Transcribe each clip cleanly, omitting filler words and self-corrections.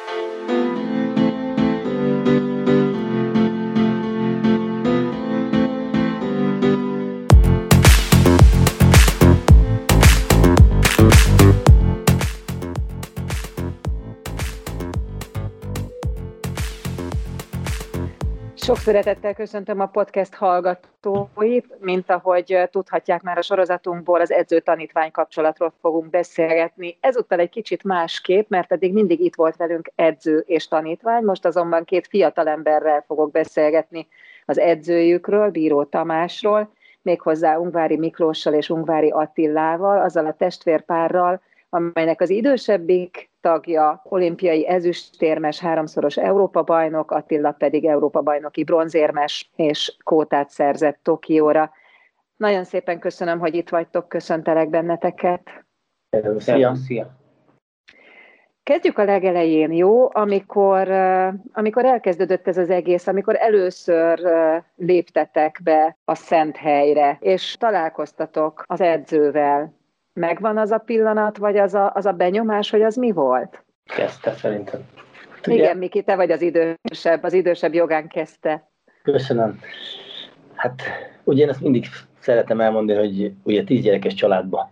Sok szeretettel köszöntöm a podcast hallgatóit, mint ahogy tudhatják már a sorozatunkból, az edző-tanítvány kapcsolatról fogunk beszélgetni. Ezúttal egy kicsit másképp, mert eddig mindig itt volt velünk edző és tanítvány, most azonban két fiatalemberrel fogok beszélgetni az edzőjükről, Bíró Tamásról, méghozzá Ungvári Miklóssal és Ungvári Attilával, azzal a testvérpárral, amelynek az idősebbik tagja olimpiai ezüstérmes, 3-szoros Európa-bajnok, Attila pedig Európa-bajnoki bronzérmes és kvótát szerzett Tokióra. Nagyon szépen köszönöm, hogy itt vagytok, köszöntelek benneteket. Szia! Kezdjük a legelején, jó? Amikor elkezdődött ez az egész, amikor először léptetek be a szent helyre, és találkoztatok az edzővel. Megvan az a pillanat, vagy az a benyomás, hogy az mi volt? Kezdte szerintem. Igen, Miki, te vagy az idősebb jogán kezdte. Köszönöm. Hát ugye én ezt mindig szeretem elmondani, hogy ugye 10 gyerekes családba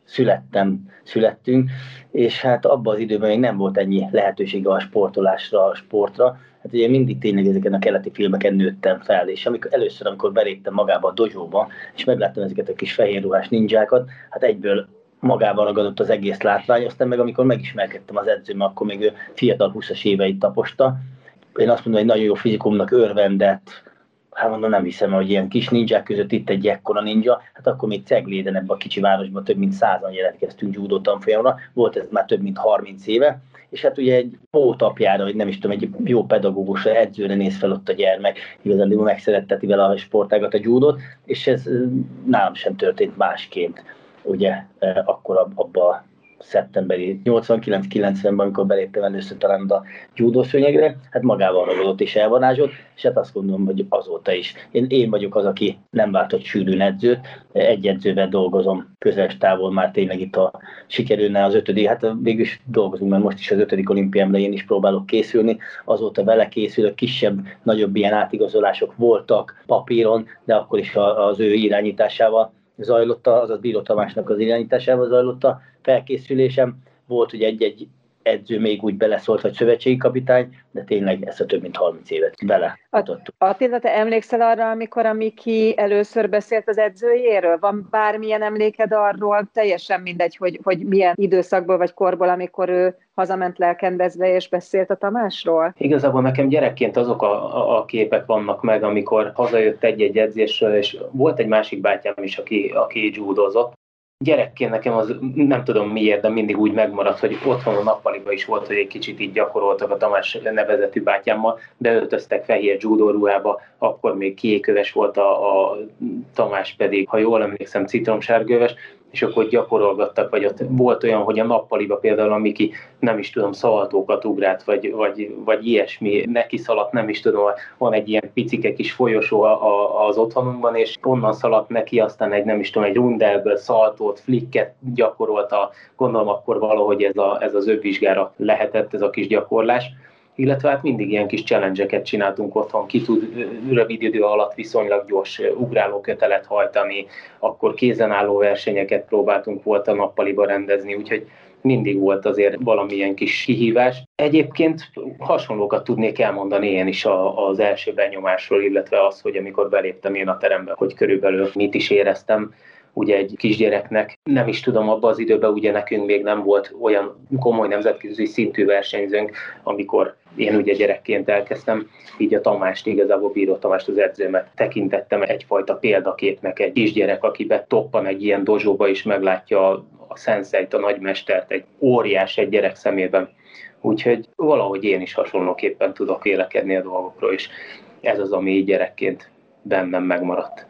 születtünk, és hát abban az időben még nem volt ennyi lehetőség a sportolásra, a sportra. Hát ugye mindig tényleg ezeken a keleti filmeken nőttem fel, és amikor beléptem magába a dojóba, és megláttam ezeket a kis fehér ruhás ninjákat, hát egyből magával ragadott az egész látvány, aztán meg amikor megismerkedtem az edzőmmel, akkor még ő fiatal 20-as éveit taposta. Én azt mondom, hogy nagyon jó fizikumnak örvendett, hát mondom, nem hiszem, hogy ilyen kis ninják között itt egy ekkora ninja, hát akkor még Cegléden ebben a kicsi városban több mint 100-an jelentkeztünk judó tanfolyamra, volt ez már több mint 30 éve, és hát ugye egy pótapjára, vagy nem is tudom, egy jó pedagógusra, edzőre néz fel ott a gyermek, igazán megszeretteti vele a sportágat, a judót, és ez nálam sem történt másként. Ugye akkor abban szeptemberi 89-90-ben, amikor beléptem először talán a judószőnyegre, hát magával ragadott és elvarázsolt, és hát azt gondolom, hogy azóta is. Én vagyok az, aki nem váltott sűrűn edzőt, egy edzővel dolgozom közeles távol már tényleg itt a sikerülne az 5. Hát végül is dolgozunk, mert most is az 5. olimpiámra én is próbálok készülni, azóta vele készülök, kisebb, nagyobb ilyen átigazolások voltak papíron, de akkor is az ő irányításával zajlott, azaz Bíró Tamásnak az irányításával zajlott a felkészülésem. Volt, hogy egy edző még úgy beleszólt, vagy szövetségi kapitány, de tényleg ezt a több mint 30 évet beleadottuk. Attila, te emlékszel arra, amikor a Miki először beszélt az edzőjéről? Van bármilyen emléked arról? Teljesen mindegy, hogy milyen időszakból vagy korból, amikor ő hazament lelkendezve és beszélt a Tamásról? Igazából nekem gyerekként azok a képek vannak meg, amikor hazajött egy-egy edzésről, és volt egy másik bátyám is, aki judozott. Gyerekként nekem az nem tudom miért, de mindig úgy megmaradt, hogy otthon a nappaliban is volt, hogy egy kicsit így gyakoroltak a Tamás nevezetű bátyámmal, beöltöztek fehér judo ruhába, akkor még kéköves volt a Tamás pedig, ha jól emlékszem, citromsárgöves, és akkor gyakorolgattak, vagy ott volt olyan, hogy a nappaliba például a Miki, nem is tudom, szaltókat ugrált, vagy ilyesmi, neki szaladt, nem is tudom, van egy ilyen picike kis folyosó az otthonunkban, és onnan szaladt neki, aztán egy rundelből szaltót, flicket gyakorolta, gondolom akkor valahogy ez az övvizsgára lehetett ez a kis gyakorlás. Illetve hát mindig ilyen kis challenge-eket csináltunk otthon, ki tud rövid idő alatt viszonylag gyors ugrálókötelet hajtani, akkor kézenálló versenyeket próbáltunk volt a nappaliba rendezni, úgyhogy mindig volt azért valamilyen kis kihívás. Egyébként hasonlókat tudnék elmondani én is az első benyomásról, illetve az, hogy amikor beléptem én a terembe, hogy körülbelül mit is éreztem, ugye egy kisgyereknek. Nem is tudom, abban az időben ugye nekünk még nem volt olyan komoly nemzetközi szintű versenyzőnk, amikor én ugye gyerekként elkezdtem, így a Tamást, igazából Bíró Tamást, az edzőmet tekintettem egyfajta példaképnek, egy kisgyerek, aki betoppan egy ilyen dozsóba és meglátja a szenszeit, a nagymestert, egy óriás egy gyerek szemében. Úgyhogy valahogy én is hasonlóképpen tudok vélekedni a dolgokról, és ez az, ami így gyerekként bennem megmaradt.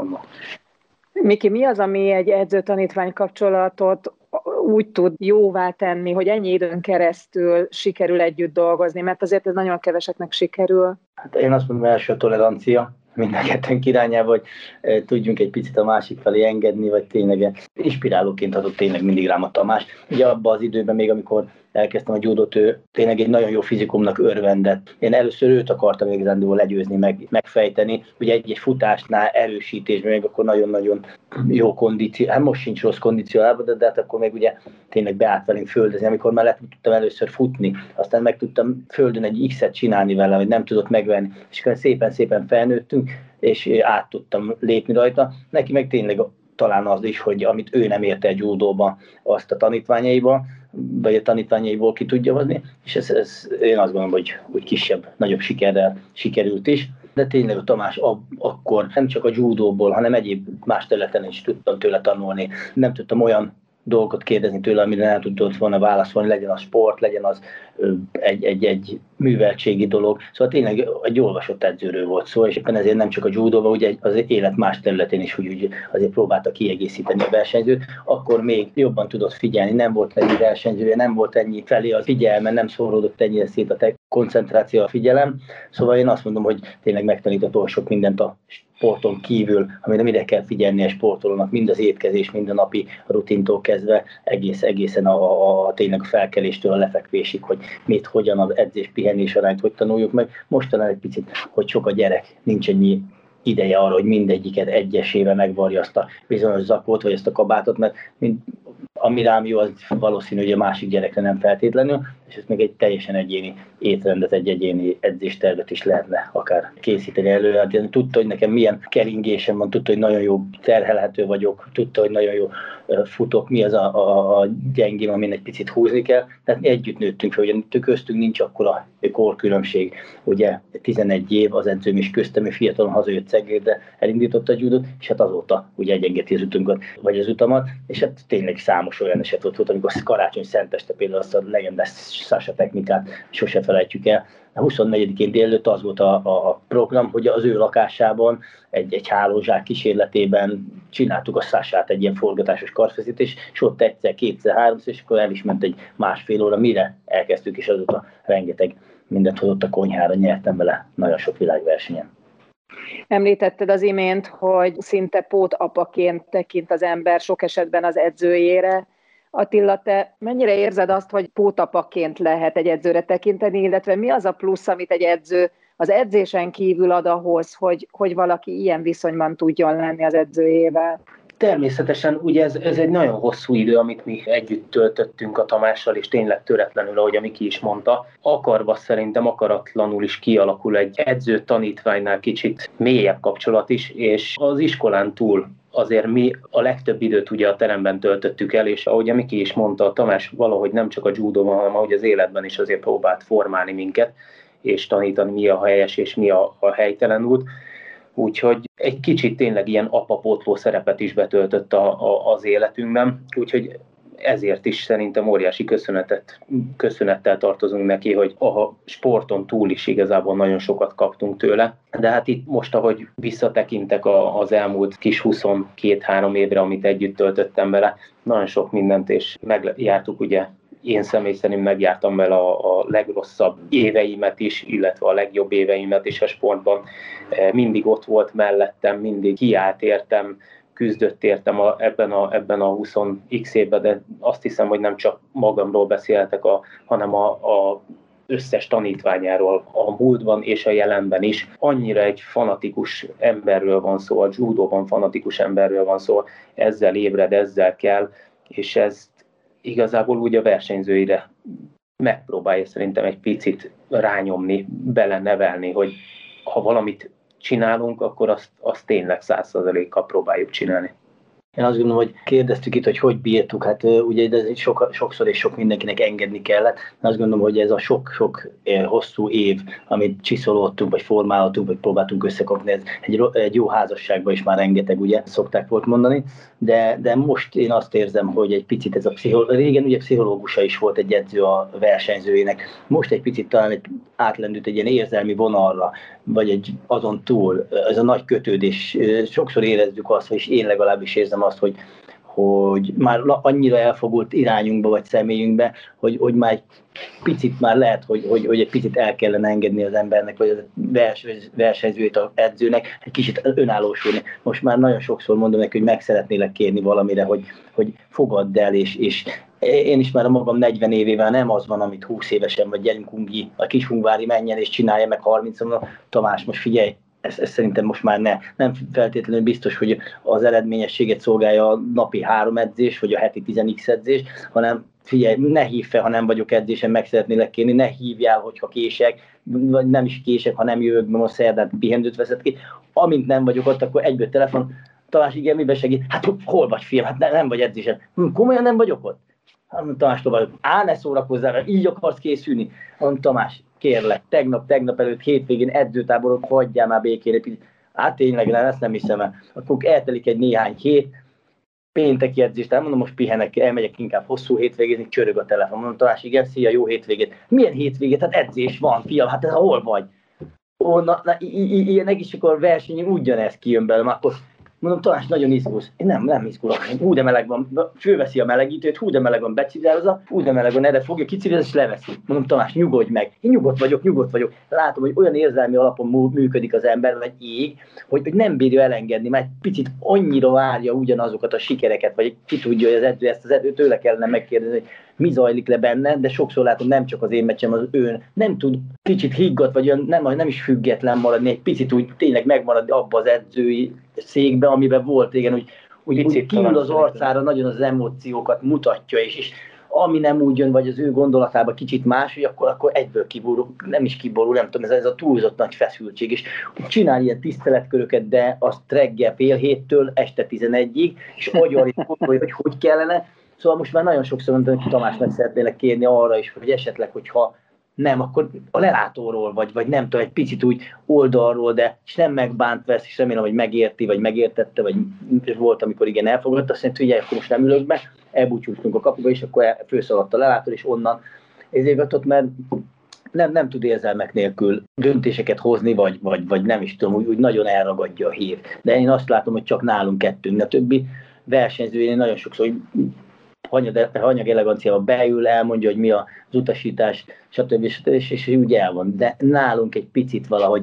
Miki, mi az, ami egy edző-tanítvány kapcsolatot úgy tud jóvá tenni, hogy ennyi időn keresztül sikerül együtt dolgozni? Mert azért ez nagyon keveseknek sikerül. Hát én azt mondom, első a tolerancia mind a kettőnk irányába, hogy tudjunk egy picit a másik felé engedni, vagy tényleg inspirálóként adott tényleg mindig rám a Tamás. Ugye abban az időben még, amikor elkezdtem a judót, ő tényleg egy nagyon jó fizikumnak örvendett. Én először őt akartam igazándiból legyőzni, megfejteni. Ugye egy futásnál, erősítésben még akkor nagyon-nagyon jó kondíció, hát most sincs rossz kondícióában, de hát akkor még ugye tényleg beállt velünk földezni, amikor már tudtam először futni, aztán meg tudtam földön egy X-et csinálni vele, hogy nem tudott megvenni, és akkor szépen-szépen felnőttünk, és át tudtam lépni rajta. Neki meg tényleg talán az is, hogy amit ő nem érte egy judóba, azt a tanítványaiba, vagy a tanítványaiból ki tudja hozni, és ez én azt gondolom, hogy úgy kisebb, nagyobb sikerrel sikerült is. De tényleg a Tamás akkor nem csak a judóból, hanem egyéb más területen is tudtam tőle tanulni. Nem tudtam olyan dolgokat kérdezni tőle, amire nem tudott volna válaszolni, legyen az sport, legyen az egy műveltségi dolog. Szóval tényleg egy olvasott edzőről volt szó, és éppen ezért nem csak a judóban, ugye az élet más területén is úgy azért próbálta kiegészíteni a versenyzőt, akkor még jobban tudott figyelni, nem volt ennyi versenyzője, nem volt ennyi felé a figyelme, nem szóródott ennyire szét a koncentráció, a figyelem. Szóval én azt mondom, hogy tényleg megtanított sok mindent a sporton kívül, amire mire kell figyelni a sportolónak, mind az étkezés, mind a napi rutintól kezdve, egészen tényleg a felkeléstől a lefekvésig, hogy mit, hogyan az edzés-pihenés arányt, hogy tanuljuk meg. Mostanában egy picit, hogy sok a gyerek, nincs ennyi ideje arra, hogy mindegyiket egyesével megvarja azt a bizonyos zakót, vagy ezt a kabátot, mert ami rám jó, az valószínű, hogy a másik gyerekre nem feltétlenül, és ez még egy teljesen egyéni étrendet, egy egyéni edzéstervet is lehetne akár készíteni előre. Hát tudta, hogy nekem milyen keringésem van, tudta, hogy nagyon jó terhelhető vagyok, tudta, hogy nagyon jó futok, mi az a gyengém, amin egy picit húzni kell. Tehát mi együtt nőttünk fel, ugye köztünk nincs akkora korkülönbség. Ugye 11 év az edzőm is köztem, és fiatalon hazajött Szegedre, elindította a judót, és hát azóta ugye egyengeti az utunkat, vagy az utamat, és hát tényleg számos olyan eset volt, amikor Karácsony Szenteste például azt a legendás Sasha technikát sose felejtjük el. A 24-én délelőtt az volt a program, hogy az ő lakásában egy hálózsák kísérletében csináltuk a Sashát, egy ilyen forgatásos karfeszítés, és ott egyszer, kétszer, háromszor, és akkor el is ment egy másfél óra, mire elkezdtük, és azóta rengeteg mindent hozott a konyhára, nyertem vele nagyon sok világversenyen. Említetted az imént, hogy szinte pótapaként tekint az ember sok esetben az edzőjére. Attila, te mennyire érzed azt, hogy pótapaként lehet egy edzőre tekinteni, illetve mi az a plusz, amit egy edző az edzésen kívül ad ahhoz, hogy valaki ilyen viszonyban tudjon lenni az edzőjével? Természetesen ugye ez egy nagyon hosszú idő, amit mi együtt töltöttünk a Tamással, és tényleg töretlenül, ahogy a Miki is mondta, akarva szerintem akaratlanul is kialakul egy edző-tanítványnál kicsit mélyebb kapcsolat is, és az iskolán túl azért mi a legtöbb időt ugye a teremben töltöttük el, és ahogy a Miki is mondta, a Tamás valahogy nem csak a judóban, hanem ahogy az életben is azért próbált formálni minket, és tanítani, mi a helyes és mi a helytelen út. Úgyhogy egy kicsit tényleg ilyen apapótló szerepet is betöltött az életünkben, úgyhogy ezért is szerintem óriási köszönettel tartozunk neki, hogy a sporton túl is igazából nagyon sokat kaptunk tőle. De hát itt most, ahogy visszatekintek az elmúlt kis 22-3 évre, amit együtt töltöttem vele, nagyon sok mindent, és megjártuk ugye, én személy szerint megjártam vele a legrosszabb éveimet is, illetve a legjobb éveimet is a sportban. Mindig ott volt mellettem, mindig kiállt értem, küzdött értem ebben a 20x évben, de azt hiszem, hogy nem csak magamról beszéltek, hanem a összes tanítványáról a múltban és a jelenben is. Annyira egy fanatikus emberről van szó, a judóban fanatikus emberről van szó, ezzel ébred, ezzel kell, és ez igazából úgy a versenyzőire megpróbálja szerintem egy picit rányomni, belenevelni, hogy ha valamit csinálunk, akkor azt tényleg 100%-kal próbáljuk csinálni. Én azt gondolom, hogy kérdeztük itt, hogy bírtuk, hát ugye ez sokszor és sok mindenkinek engedni kellett. Azt gondolom, hogy ez a sok hosszú év, amit csiszolódtunk, vagy formáltunk, vagy próbáltunk összekapni, ez egy jó házasságban is már rengeteg, ugye, szokták volt mondani, de most én azt érzem, hogy egy picit ez régen ugye pszichológusa is volt egy edző a versenyzőjének, most egy picit talán átlendült egy ilyen érzelmi vonalra, vagy egy azon túl, ez a nagy kötődés, sokszor érezzük azt, és én legalábbis érzem azt, hogy már annyira elfogult irányunkba, vagy személyünkbe, hogy már egy picit már lehet, hogy egy picit el kellene engedni az embernek, vagy a versenyzőjét, az edzőnek, egy kicsit önállósulni. Most már nagyon sokszor mondom neki, hogy meg szeretnélek kérni valamire, hogy fogadd el, és Én is már a magam 40 évével nem az van, amit 20 évesen, vagy gyerünk Ungi, a Kishungvári menjen és csinálja meg 30 mondom, Tamás, most figyelj, ez szerintem most már nem feltétlenül biztos, hogy az eredményességet szolgálja a napi 3 edzés, vagy a heti 10x edzés, hanem figyelj, ne hívj fel, ha nem vagyok edzésen, meg szeretnélek kérni, ne hívjál, hogyha kések, vagy nem is kések, ha nem jövök, mert most szerdán pihenőt veszed ki. Amint nem vagyok ott, akkor egyből telefon, Tamás, igen, miben segít? Hát hol vagy, fiam? Hát nem vagy edzésen. Komolyan nem vagyok ott? Tamás tovább, ne szórakozzál, mert így akarsz készülni. Tamás, kérlek, tegnap előtt hétvégén edzőtáborok, hagyjál már békére. Tényleg, ezt nem hiszem el. Akkor eltelik egy néhány hét, pénteki edzést, mondom, most pihenek, elmegyek inkább hosszú hétvégézni, csörög a telefon. Mondom, Tamás, igen, szia, jó hétvégét. Milyen hétvégét? Hát edzés van, fiam, hát hol vagy? Ilyenek is, akkor versenyen ugyanez kijön belőle, akkor mondom, Tamás, nagyon izgulsz. Én nem izgulok. Hú, de meleg van. Fölveszi a melegítőt, hú, de meleg van, becigározza, hú, de meleg van, erre fogja, kicigározza, és leveszi. Mondom, Tamás, nyugodj meg. Én nyugodt vagyok. Látom, hogy olyan érzelmi alapon működik az ember, vagy ég, hogy nem bírja elengedni, mert egy picit annyira várja ugyanazokat a sikereket, vagy ki tudja, hogy az edző ezt az edző tőle kellene megkérdezni, hogy mi zajlik le benne, de sokszor látom, nem csak az én meccsem, az ön nem tud kicsit higgadt, vagy nem is független maradni, egy picit úgy tényleg megmaradni abba az edzői székbe, amiben volt, igen, úgy kiül az arcára, nagyon az emóciókat mutatja, és ami nem úgy jön, vagy az ő gondolatában kicsit más, hogy akkor egyből kiborul, nem is kiborul, nem tudom, ez a túlzott nagy feszültség, és csinál ilyen tiszteletköröket, de azt reggel fél héttől este 11-ig, és agyal hogy kellene. Szóval most már nagyon sokszor mondtam, hogy Tamás, meg szeretnélek kérni arra is, hogy esetleg, hogyha nem, akkor a lelátóról, vagy nem tudom, egy picit úgy oldalról, de és nem megbánt vesz, és remélem, hogy megérti, vagy megértette, vagy volt, amikor igen elfogadta, azt mondta, hogy ugye, akkor most nem ülök be, elbúcsúztunk a kapuba, és akkor főszaladt a lelátor, és onnan ezért, mert nem tud érzelmek nélkül döntéseket hozni, vagy nem is tudom, úgy nagyon elragadja a hír. De én azt látom, hogy csak nálunk kettőnk, a többi versenyzőjén nagyon sokszor, hogy hanyag eleganciával beül, elmondja, hogy mi az utasítás, stb. És úgy el van. De nálunk egy picit valahogy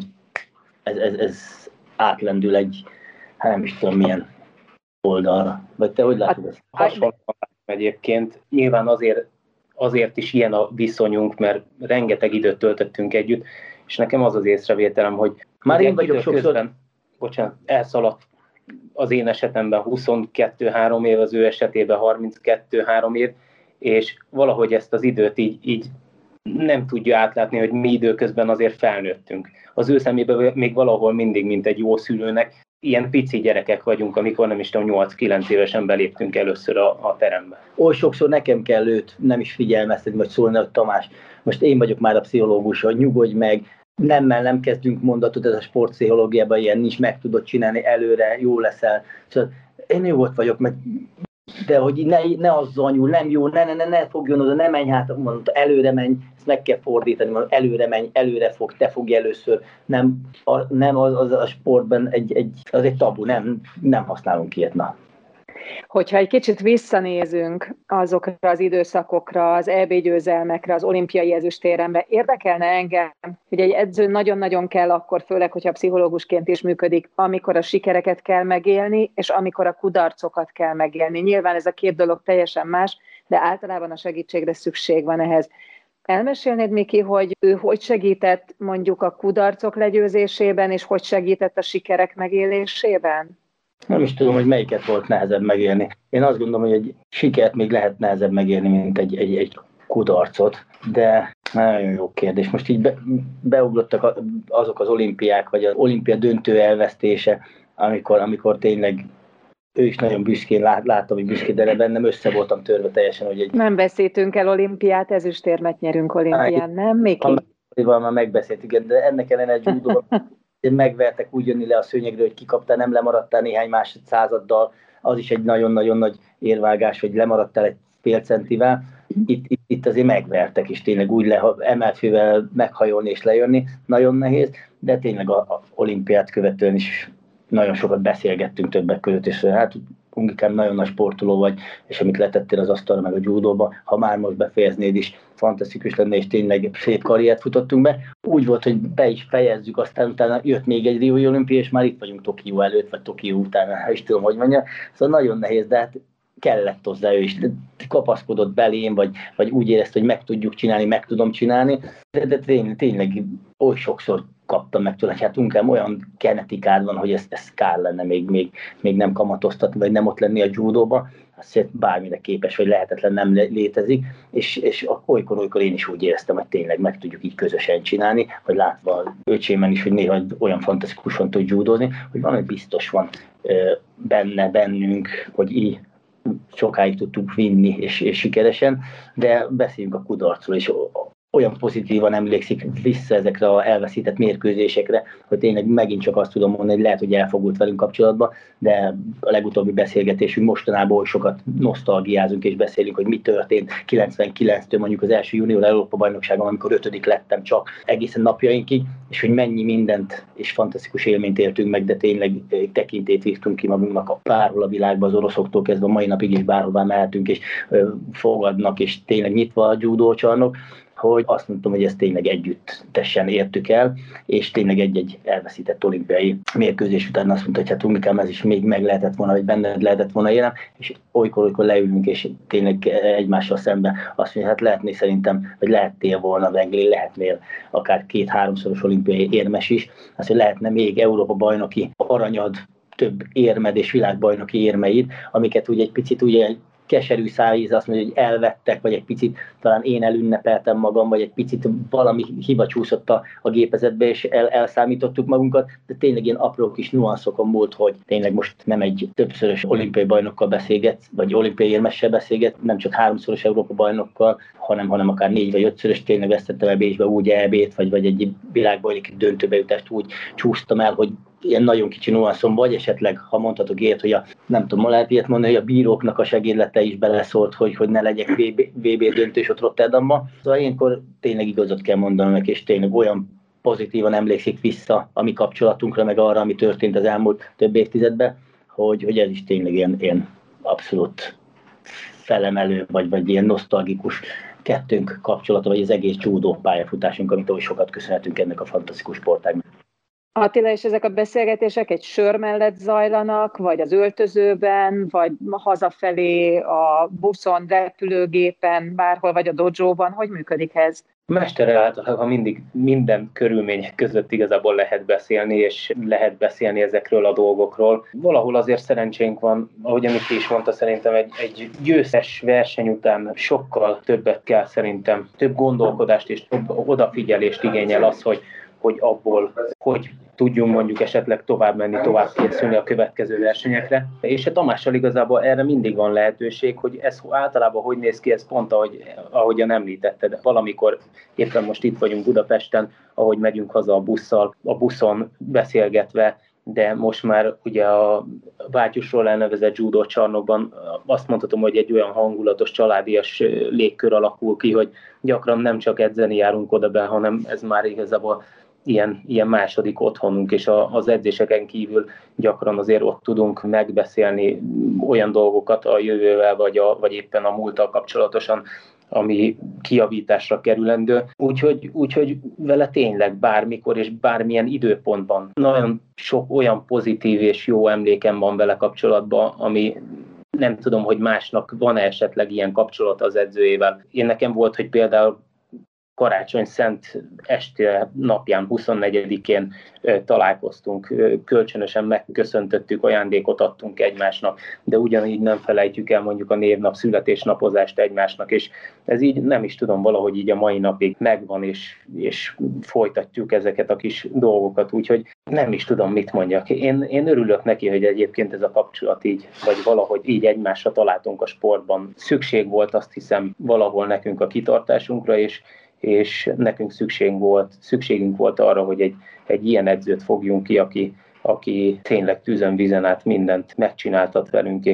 ez átlendül egy, nem is tudom milyen oldalra. Vagy te hogy látod ezt? Hasonlóan egyébként. Nyilván azért is ilyen a viszonyunk, mert rengeteg időt töltöttünk együtt, és nekem az az észrevételem, hogy már én vagyok sokszor... elszaladt az én esetemben 22-3 év, az ő esetében 32-3 év, és valahogy ezt az időt így nem tudja átlátni, hogy mi időközben azért felnőttünk. Az ő szemében még valahol mindig, mint egy jó szülőnek, ilyen pici gyerekek vagyunk, amikor nem is tudom, 8-9 évesen beléptünk először a terembe. Oly sokszor nekem kell őt nem is figyelmeztetni, vagy szólni, hogy Tamás, most én vagyok már a pszichológus, hogy nyugodj meg, nem kezdünk mondatot, ez a sportpszichológiában ilyen nincs, meg tudod csinálni előre, jó leszel. Szóval én nyugodt vagyok, de hogy ne azzal nyúl, nem jó, ne fogjon oda, ne menj hát, mondta, előre menj, ezt meg kell fordítani, mondta, előre menj, előre fog, te fogj először. Nem az a sportban az egy tabu, nem használunk ilyet, na. Hogyha egy kicsit visszanézünk azokra az időszakokra, az EB győzelmekre, az olimpiai ezüstérembe, érdekelne engem, hogy egy edző nagyon-nagyon kell akkor, főleg, hogyha pszichológusként is működik, amikor a sikereket kell megélni, és amikor a kudarcokat kell megélni. Nyilván ez a két dolog teljesen más, de általában a segítségre szükség van ehhez. Elmesélnéd, Miki, hogy ő hogy segített mondjuk a kudarcok legyőzésében, és hogy segített a sikerek megélésében? Nem is tudom, hogy melyiket volt nehezebb megélni. Én azt gondolom, hogy egy sikert még lehet nehezebb megélni, mint egy kudarcot, de nagyon jó kérdés. Most így beugrottak azok az olimpiák, vagy az olimpia döntő elvesztése, amikor tényleg ő is nagyon büszkén láttam, hogy büszkén, de bennem össze voltam törve teljesen, hogy Nem beszéltünk el olimpiát, ezüstérmet nyerünk olimpián, nem, Miki? Már megbeszéltük, de ennek ellen judóban megvertek úgy jönni le a szőnyegről, hogy kikaptál, nem lemaradtál néhány másodszázaddal, az is egy nagyon-nagyon nagy érvágás, hogy lemaradtál egy fél centivel. Itt azért megvertek, és tényleg úgy emelt fővel meghajolni és lejönni, nagyon nehéz, de tényleg a olimpiát követően is nagyon sokat beszélgettünk többek között, és hát Ungikám, nagyon nagy sportoló vagy, és amit letettél az asztalra meg a judóba, ha már most befejeznéd is, fantasztikus lenne, és tényleg szép karriert futottunk be. Úgy volt, hogy be is fejezzük, aztán utána jött még egy Riói olimpia, és már itt vagyunk Tokió előtt, vagy Tokió után, ha is tudom, hogy mondja. Szóval nagyon nehéz, de hát kellett hozzá ő is, kapaszkodott belém, vagy úgy érezte, hogy meg tudjuk csinálni, meg tudom csinálni, de tényleg oly sokszor kaptam meg tőle, hogy hát unkám, olyan genetikád van, hogy ez kár lenne még nem kamatoztatni, vagy nem ott lenni a judóba, azt bármire képes, vagy lehetetlen nem létezik, és olykor én is úgy éreztem, hogy tényleg meg tudjuk így közösen csinálni, hogy látva öcsémen is, hogy néha olyan fantasztikusan tud judózni, hogy valami biztos van bennünk, hogy így sokáig tudtuk vinni, és sikeresen, de beszéljünk a kudarcról, és olyan pozitívan emlékszik vissza ezekre az elveszített mérkőzésekre, hogy tényleg megint csak azt tudom mondani, hogy lehet, hogy elfogult velünk kapcsolatban, de a legutóbbi beszélgetésünk mostanában oly sokat nosztalgiázunk és beszélünk, hogy mi történt 99-től mondjuk az első junior Európa-bajnokságon, amikor 5. lettem csak egészen napjainkig, és hogy mennyi mindent és fantasztikus élményt éltünk meg, de tényleg tekintélyt vívtunk ki magunknak bárhol a világban, az oroszoktól kezdve a mai napig is bárhová mehetünk, és fogadnak, és tényleg nyitva a judócsarnok, hogy azt mondtam, hogy ezt tényleg együttesen értük el, és tényleg egy elveszített olimpiai mérkőzés után azt mondta, hogy hát unkám, ez is még meg lehetett volna, vagy benned lehetett volna élem, és olykor leülünk, és tényleg egymással szemben azt mondja, hát lehetné szerintem, vagy lehettél volna Wengli, lehetnél akár 2-3-szoros olimpiai érmes is, azt, hogy lehetne még Európa-bajnoki aranyad, több érmed és világbajnoki érmeid, amiket ugye egy picit ugye keserű szájíz azt mondja, hogy elvettek, vagy egy picit talán én elünnepeltem magam, vagy egy picit valami hiba csúszott a gépezetbe, és elszámítottuk magunkat, de tényleg ilyen apró kis nuanszokon múlt, hogy tényleg most nem egy többszörös olimpiai bajnokkal beszélgetsz, vagy olimpiai érmessel beszélgetsz, nem csak 3-szoros Európa bajnokkal, hanem akár 4 vagy 5-szörös, tényleg vesztettem el Bécsbe úgy EB-t, vagy egy világbajnoki döntőbe jutást úgy csúsztam el, hogy ilyen nagyon kicsi nuanszon, vagy esetleg, ha mondhatok ilyet, hogy nem tudom, lehet ilyet mondani, hogy a bíróknak a segédlete is beleszólt, hogy ne legyek VB döntős ott Rotterdamban. Szóval ilyenkor tényleg igazat kell mondanom, és tényleg olyan pozitívan emlékszik vissza a mi kapcsolatunkra, meg arra, ami történt az elmúlt több évtizedben, hogy ez is tényleg ilyen abszolút felemelő, vagy ilyen nosztalgikus kettőnk kapcsolata, vagy az egész judó pályafutásunk, amit oly sokat köszönhetünk ennek a fantasztikus sportágnak. Attila, és ezek a beszélgetések egy sör mellett zajlanak, vagy az öltözőben, vagy hazafelé a buszon, repülőgépen, bárhol, vagy a dojóban? Hogy működik ez? A mesterrel általában mindig minden körülmények között igazából lehet beszélni, és lehet beszélni ezekről a dolgokról. Valahol azért szerencsénk van, ahogy Miki is mondta, szerintem egy győztes verseny után sokkal többet kell szerintem, több gondolkodást és több odafigyelést igényel az, hogy abból, hogy tudjunk mondjuk esetleg tovább menni, tovább készülni a következő versenyekre. És a Tamással igazából erre mindig van lehetőség, hogy ez általában hogy néz ki, ez pont ahogyan említetted. Valamikor éppen most itt vagyunk Budapesten, ahogy megyünk haza a busszal, a buszon beszélgetve, de most már ugye a Bátyusról elnevezett judó csarnokban azt mondhatom, hogy egy olyan hangulatos, családias légkör alakul ki, hogy gyakran nem csak edzeni járunk oda be, hanem ez már igazából ilyen második otthonunk, és az edzéseken kívül gyakran azért ott tudunk megbeszélni olyan dolgokat a jövővel, vagy éppen a múlttal kapcsolatosan, ami kijavításra kerülendő. Úgyhogy vele tényleg bármikor és bármilyen időpontban nagyon sok olyan pozitív és jó emlékem van vele kapcsolatban, ami nem tudom, hogy másnak van esetleg ilyen kapcsolat az edzőjével. Én nekem volt, hogy például Karácsony Szent este napján, 24-én találkoztunk, kölcsönösen megköszöntöttük, ajándékot adtunk egymásnak, de ugyanígy nem felejtjük el mondjuk a névnap, születésnapozást egymásnak, és ez így nem is tudom, valahogy így a mai napig megvan, és folytatjuk ezeket a kis dolgokat, úgyhogy nem is tudom, mit mondjak. Én örülök neki, hogy egyébként ez a kapcsolat így, vagy valahogy így egymásra találtunk a sportban. Szükség volt, azt hiszem, valahol nekünk a kitartásunkra, és nekünk szükségünk volt arra, hogy egy ilyen edzőt fogjunk ki, aki tényleg tűzön vízen át mindent megcsináltat velünk,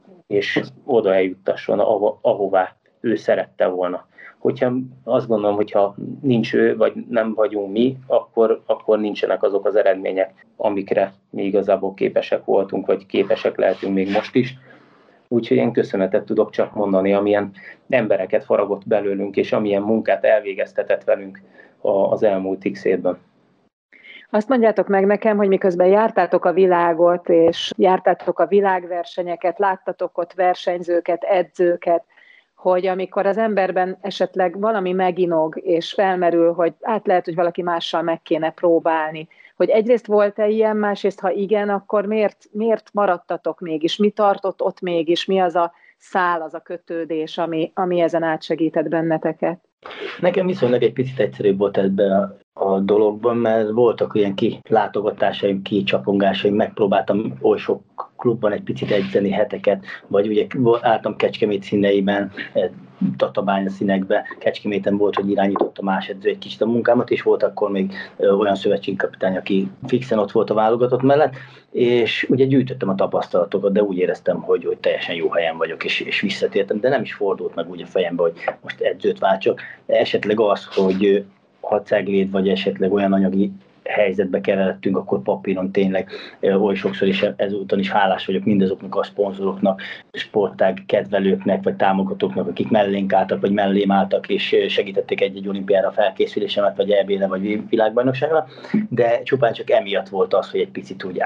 és oda eljuttasson, ahová ő szerette volna. Hogyha azt gondolom, hogyha nincs ő, vagy nem vagyunk mi, akkor nincsenek azok az eredmények, amikre mi igazából képesek voltunk, vagy képesek lehetünk még most is. Úgyhogy én köszönetet tudok csak mondani, amilyen embereket faragott belőlünk, és amilyen munkát elvégeztetett velünk az elmúlt x évben. Azt mondjátok meg nekem, hogy miközben jártátok a világot, és jártátok a világversenyeket, láttatok ott versenyzőket, edzőket, hogy amikor az emberben esetleg valami meginog, és felmerül, hogy lehet, hogy valaki mással meg kéne próbálni, hogy egyrészt volt-e ilyen, másrészt, ha igen, akkor miért maradtatok mégis? Mi tartott ott mégis? Mi az a szál, az a kötődés, ami ezen átsegített benneteket? Nekem viszonylag egy picit egyszerűbb volt ebben a dologban, mert voltak ilyen kilátogatásaim, kicsapongásai, megpróbáltam oly sok klubban egy picit edzeni heteket, vagy ugye álltam Kecskemét színeiben, Tatabánya színekbe, Kecskeméten volt, hogy irányította más edző egy kicsit a munkámat, és volt akkor még olyan szövetségkapitány, aki fixen ott volt a válogatott mellett, és ugye gyűjtöttem a tapasztalatokat, de úgy éreztem, hogy teljesen jó helyen vagyok, és visszatértem, de nem is fordult meg úgy a fejembe, hogy most edzőt váltsak. Esetleg az, hogy ha Cegléd, vagy esetleg olyan anyagi helyzetbe keveredtünk, akkor papíron tényleg oly sokszor is ezúton is hálás vagyok mindazoknak a szponzoroknak, sportág kedvelőknek, vagy támogatóknak, akik mellénk álltak, vagy mellém álltak, és segítették egy-egy olimpiára felkészülésemet, vagy EB-re, vagy világbajnokságra, de csupán csak emiatt volt az, hogy egy picit úgy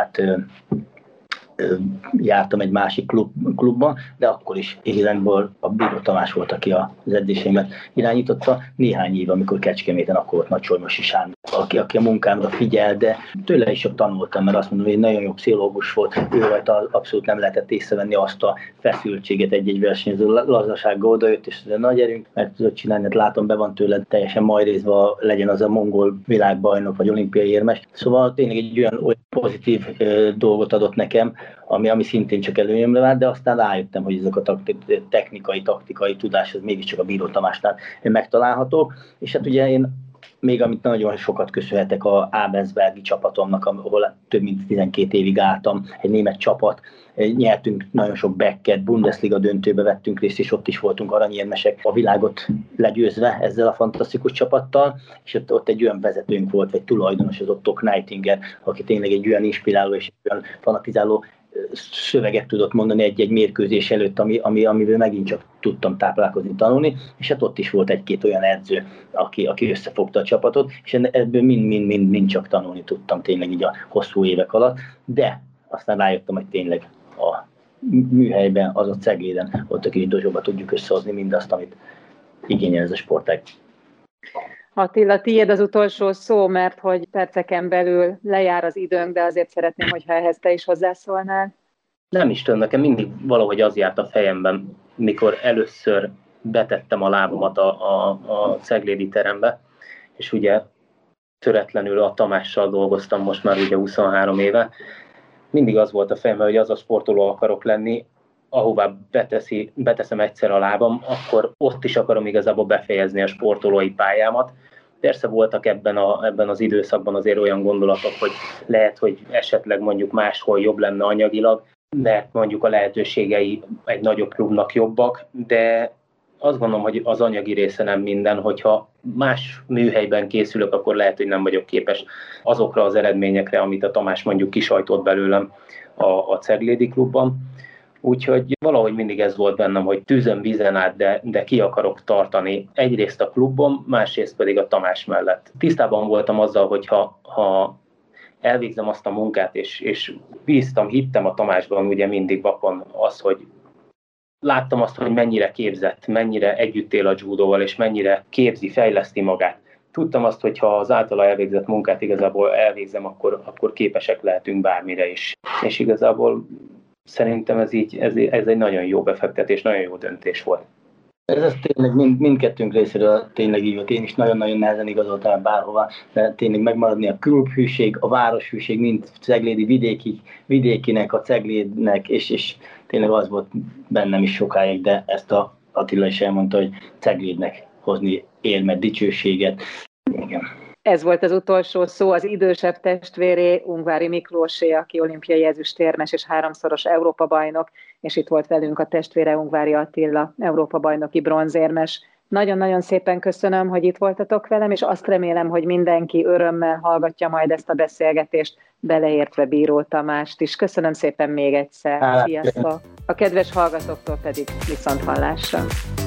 jártam egy másik klubban, de akkor is igazából a Bíró Tamás volt, aki az edzéseimet irányította. Néhány év, amikor Kecskeméten, akkor volt Nagy Solymosi Sándor, aki a munkámra figyel, de tőle is sok tanultam, mert azt mondom, hogy egy nagyon jó pszichológus volt, ő rajta abszolút nem lehetett észrevenni azt a feszültséget egy versenyző lazasággal odajött, és de nagy erőnk, meg tudod csinálni, hát látom, be van tőle teljesen majrézva, legyen az a mongol világbajnok, vagy olimpiai érmes. Szóval tényleg egy olyan pozitív dolgot adott nekem, ami szintén csak előnyömre vált, de aztán rájöttem, hogy ezek a technikai, taktikai tudás, ez mégiscsak a Bíró Tamásnál megtalálható, és hát ugye én még amit nagyon sokat köszönhetek a Abelsbergi csapatomnak, ahol több mint 12 évig álltam, egy német csapat, nyertünk nagyon sok backet, Bundesliga döntőbe vettünk részt, és ott is voltunk aranyérmesek, a világot legyőzve ezzel a fantasztikus csapattal, és ott egy olyan vezetőnk volt, vagy tulajdonos, az Otto Kneitinger, aki tényleg egy olyan inspiráló és egy olyan fanatizáló szöveget tudott mondani egy mérkőzés előtt, amiből megint csak tudtam táplálkozni, tanulni, és hát ott is volt egy-két olyan edző, aki összefogta a csapatot, és ebből mind csak tanulni tudtam tényleg így a hosszú évek alatt, de aztán rájöttem, hogy tényleg a műhelyben, az a Cegléden, ott a kis dozsóba tudjuk összehozni mindazt, amit igényel ez a sportág. Attila, tiéd az utolsó szó, mert hogy perceken belül lejár az időnk, de azért szeretném, hogyha ehhez te is hozzászólnál. Nem is tudom, nekem mindig valahogy az járt a fejemben, mikor először betettem a lábamat a ceglédi terembe, és ugye töretlenül a Tamással dolgoztam most már ugye 23 éve. Mindig az volt a fejemben, hogy az a sportoló akarok lenni, ahová beteszem egyszer a lábam, akkor ott is akarom igazából befejezni a sportolói pályámat. Persze voltak ebben az időszakban azért olyan gondolatok, hogy lehet, hogy esetleg mondjuk máshol jobb lenne anyagilag, mert mondjuk a lehetőségei egy nagyobb klubnak jobbak, de azt gondolom, hogy az anyagi része nem minden, hogyha más műhelyben készülök, akkor lehet, hogy nem vagyok képes azokra az eredményekre, amit a Tamás mondjuk kisajtott belőlem a Ceglédi klubban. Úgyhogy valahogy mindig ez volt bennem, hogy tűzön vízen át, de ki akarok tartani egyrészt a klubban, másrészt pedig a Tamás mellett. Tisztában voltam azzal, hogy ha elvégzem azt a munkát, és hittem a Tamásban ugye mindig vakon az, hogy láttam azt, hogy mennyire képzett, mennyire együtt él a judóval, és mennyire képzi, fejleszti magát. Tudtam azt, hogy ha az általa elvégzett munkát igazából elvégzem, akkor képesek lehetünk bármire is. És igazából szerintem ez egy nagyon jó befektetés, nagyon jó döntés volt. Ez tényleg mindkettőnk részéről tényleg így volt. Én is nagyon-nagyon nehezen igazoltam bárhova, de tényleg megmaradni a klubhűség, a városhűség, mind Ceglédi vidékinek, a Ceglédnek, és tényleg az volt bennem is sokáig, de ezt a Attila is elmondta, hogy Ceglédnek hozni érmet, dicsőséget. Igen. Ez volt az utolsó szó, az idősebb testvéré, Ungvári Miklósé, aki olimpiai ezüstérmes és 3-szoros Európa-bajnok, és itt volt velünk a testvére, Ungvári Attila, Európa-bajnoki bronzérmes. Nagyon-nagyon szépen köszönöm, hogy itt voltatok velem, és azt remélem, hogy mindenki örömmel hallgatja majd ezt a beszélgetést, beleértve Bíró Tamást is. Köszönöm szépen még egyszer. Sziasztok! A kedves hallgatóktól pedig viszonthallásra.